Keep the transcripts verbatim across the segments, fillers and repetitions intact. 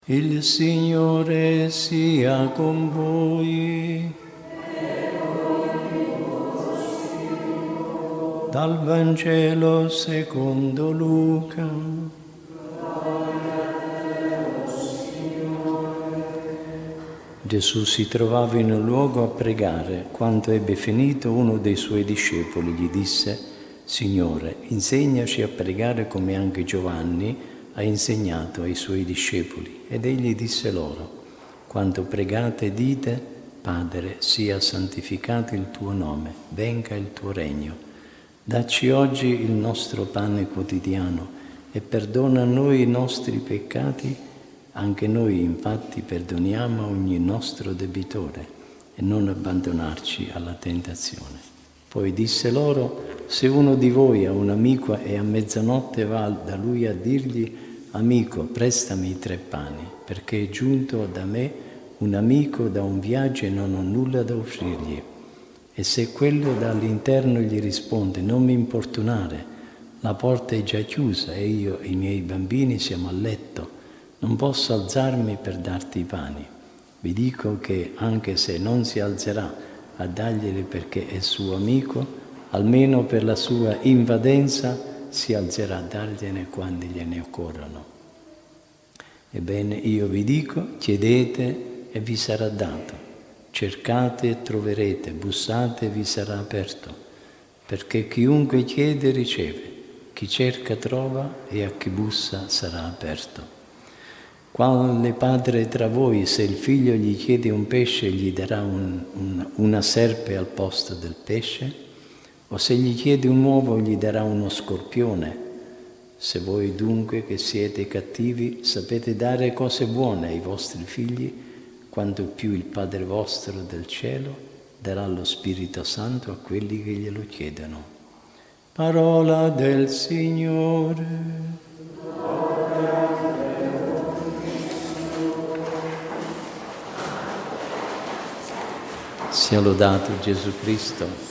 Il Signore sia con voi. Dal Vangelo secondo Luca. Gesù si trovava in un luogo a pregare. Quando ebbe finito, uno dei suoi discepoli gli disse: Signore, insegnaci a pregare come anche Giovanni ha insegnato ai suoi discepoli. Ed egli disse loro: quando pregate dite: Padre, sia santificato il tuo nome, venga il tuo regno. Dacci oggi il nostro pane quotidiano e perdona a noi i nostri peccati, anche noi infatti perdoniamo ogni nostro debitore, e non abbandonarci alla tentazione. Poi disse loro: se uno di voi ha un amico e a mezzanotte va da lui a dirgli: amico, prestami i tre pani, perché è giunto da me un amico da un viaggio e non ho nulla da offrirgli. E se quello dall'interno gli risponde: non mi importunare, la porta è già chiusa e io e i miei bambini siamo a letto, non posso alzarmi per darti i pani. Vi dico che anche se non si alzerà a darglieli perché è suo amico, almeno per la sua invadenza si alzerà a dargliene quando gliene occorrono. Ebbene, io vi dico: chiedete e vi sarà dato, cercate e troverete, bussate e vi sarà aperto, perché chiunque chiede riceve, chi cerca trova e a chi bussa sarà aperto. Quale padre tra voi, se il figlio gli chiede un pesce, gli darà un, un, una serpe al posto del pesce? O se gli chiede un uovo, gli darà uno scorpione? Se voi dunque, che siete cattivi, sapete dare cose buone ai vostri figli, quanto più il Padre vostro del cielo darà lo Spirito Santo a quelli che glielo chiedono. Parola del Signore. Sia lodato Gesù Cristo.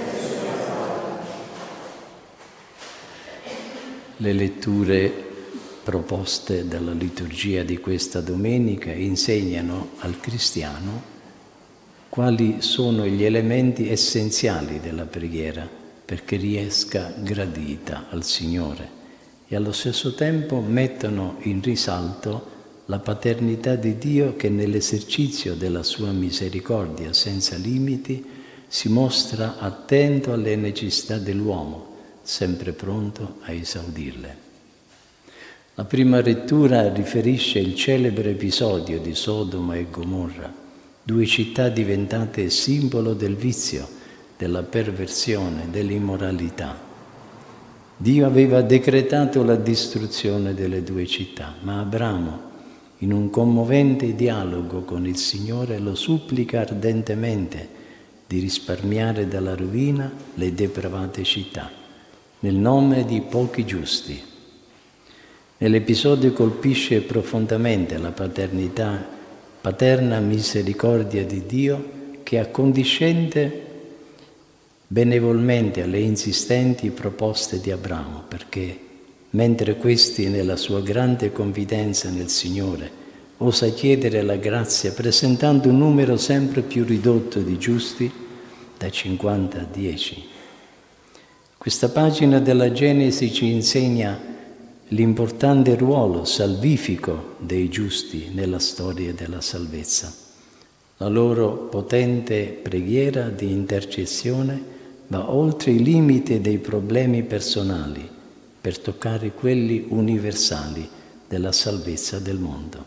Le letture proposte dalla liturgia di questa domenica insegnano al cristiano quali sono gli elementi essenziali della preghiera perché riesca gradita al Signore, e allo stesso tempo mettono in risalto la paternità di Dio che nell'esercizio della sua misericordia senza limiti si mostra attento alle necessità dell'uomo, sempre pronto a esaudirle. La prima lettura riferisce il celebre episodio di Sodoma e Gomorra, due città diventate simbolo del vizio, della perversione, dell'immoralità. Dio aveva decretato la distruzione delle due città, ma Abramo, in un commovente dialogo con il Signore, lo supplica ardentemente di risparmiare dalla rovina le depravate città, nel nome di pochi giusti. Nell'episodio colpisce profondamente la paternità, paterna misericordia di Dio che accondiscende benevolmente alle insistenti proposte di Abramo, perché mentre questi, nella sua grande confidenza nel Signore, osa chiedere la grazia presentando un numero sempre più ridotto di giusti, da cinquanta a dieci. Questa pagina della Genesi ci insegna l'importante ruolo salvifico dei giusti nella storia della salvezza. La loro potente preghiera di intercessione va oltre i limiti dei problemi personali per toccare quelli universali della salvezza del mondo.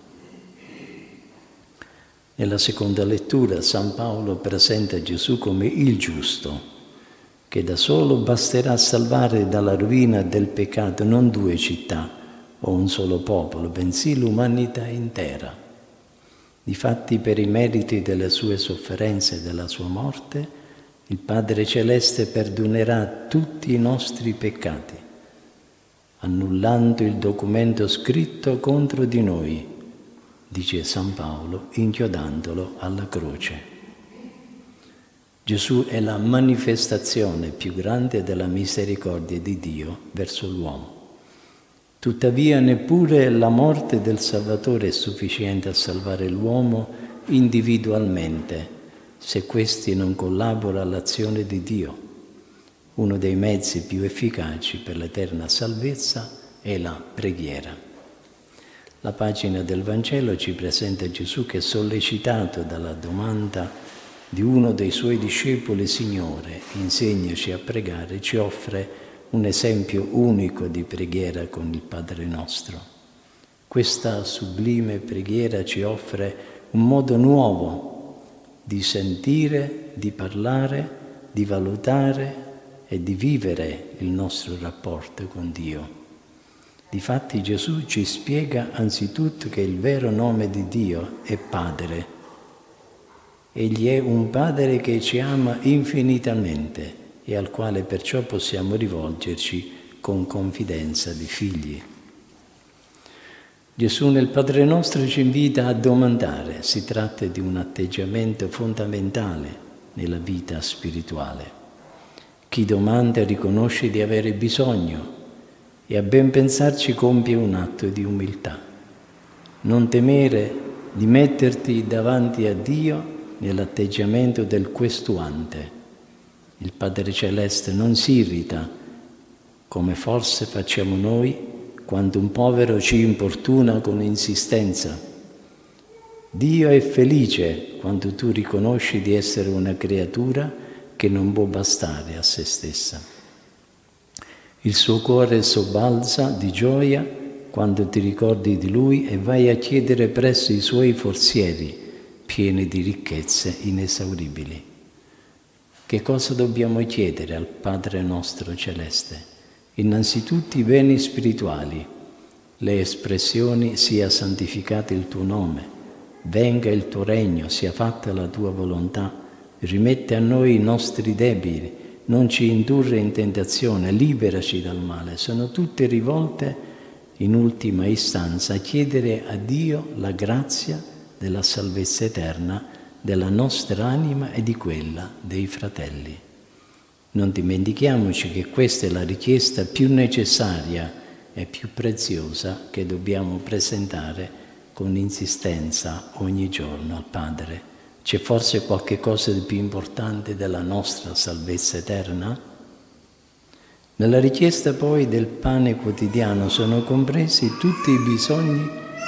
Nella seconda lettura San Paolo presenta Gesù come il giusto, che da solo basterà a salvare dalla rovina del peccato non due città o un solo popolo, bensì l'umanità intera. Difatti, per i meriti delle sue sofferenze e della sua morte, il Padre Celeste perdonerà tutti i nostri peccati, annullando il documento scritto contro di noi, dice San Paolo, inchiodandolo alla croce. Gesù è la manifestazione più grande della misericordia di Dio verso l'uomo. Tuttavia neppure la morte del Salvatore è sufficiente a salvare l'uomo individualmente, se questi non collabora all'azione di Dio. Uno dei mezzi più efficaci per l'eterna salvezza è la preghiera. La pagina del Vangelo ci presenta Gesù che, sollecitato dalla domanda di uno dei suoi discepoli: Signore, insegnaci a pregare, ci offre un esempio unico di preghiera con il Padre nostro. Questa sublime preghiera ci offre un modo nuovo di sentire, di parlare, di valutare e di vivere il nostro rapporto con Dio. Difatti Gesù ci spiega anzitutto che il vero nome di Dio è Padre. Egli è un Padre che ci ama infinitamente e al quale perciò possiamo rivolgerci con confidenza di figli. Gesù nel Padre nostro ci invita a domandare. Si tratta di un atteggiamento fondamentale nella vita spirituale. Chi domanda riconosce di avere bisogno e a ben pensarci compie un atto di umiltà. Non temere di metterti davanti a Dio nell'atteggiamento del questuante. Il Padre Celeste non si irrita, come forse facciamo noi, quando un povero ci importuna con insistenza. Dio è felice quando tu riconosci di essere una creatura che non può bastare a se stessa. Il suo cuore sobbalza di gioia quando ti ricordi di Lui e vai a chiedere presso i suoi forzieri, pieni di ricchezze inesauribili. Che cosa dobbiamo chiedere al Padre nostro Celeste? Innanzitutto i beni spirituali, le espressioni: sia santificato il tuo nome, venga il tuo regno, sia fatta la tua volontà, rimette a noi i nostri debiti, non ci indurre in tentazione, liberaci dal male. Sono tutte rivolte in ultima istanza a chiedere a Dio la grazia della salvezza eterna della nostra anima e di quella dei fratelli. Non dimentichiamoci che questa è la richiesta più necessaria e più preziosa che dobbiamo presentare con insistenza ogni giorno al Padre. C'è forse qualche cosa di più importante della nostra salvezza eterna? Nella richiesta poi del pane quotidiano sono compresi tutti i bisogni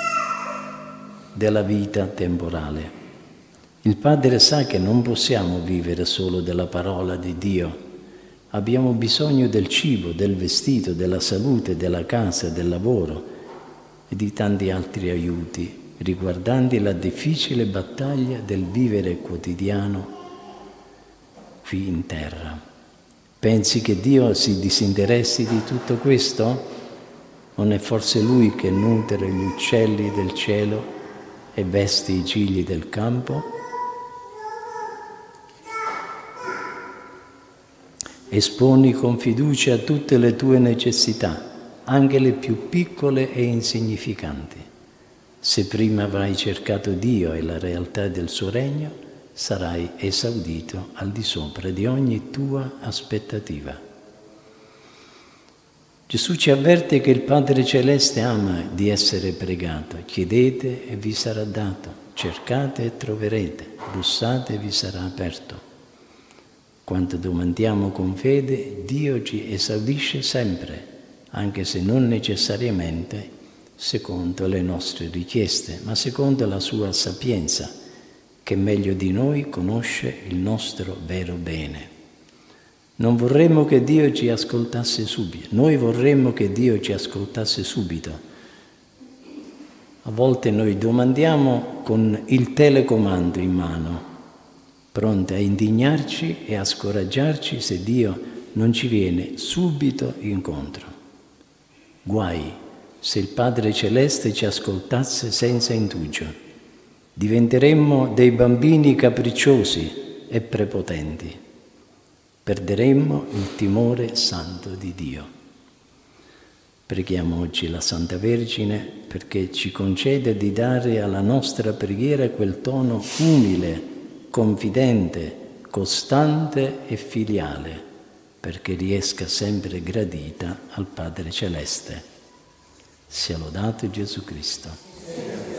della vita temporale. Il Padre sa che non possiamo vivere solo della parola di Dio. Abbiamo bisogno del cibo, del vestito, della salute, della casa, del lavoro e di tanti altri aiuti riguardanti la difficile battaglia del vivere quotidiano qui in terra. Pensi che Dio si disinteressi di tutto questo? Non è forse Lui che nutre gli uccelli del cielo e veste i gigli del campo? Esponi con fiducia tutte le tue necessità, anche le più piccole e insignificanti. Se prima avrai cercato Dio e la realtà del suo regno, sarai esaudito al di sopra di ogni tua aspettativa. Gesù ci avverte che il Padre Celeste ama di essere pregato. Chiedete e vi sarà dato, cercate e troverete, bussate e vi sarà aperto. Quando domandiamo con fede, Dio ci esaudisce sempre, anche se non necessariamente secondo le nostre richieste, ma secondo la sua sapienza, che meglio di noi conosce il nostro vero bene. Non vorremmo che Dio ci ascoltasse subito, noi vorremmo che Dio ci ascoltasse subito. A volte noi domandiamo con il telecomando in mano, pronti a indignarci e a scoraggiarci se Dio non ci viene subito incontro. Guai se il Padre Celeste ci ascoltasse senza indugio. Diventeremmo dei bambini capricciosi e prepotenti. Perderemmo il timore santo di Dio. Preghiamo oggi la Santa Vergine perché ci conceda di dare alla nostra preghiera quel tono umile, confidente, costante e filiale, perché riesca sempre gradita al Padre Celeste. Sia lodato Gesù Cristo.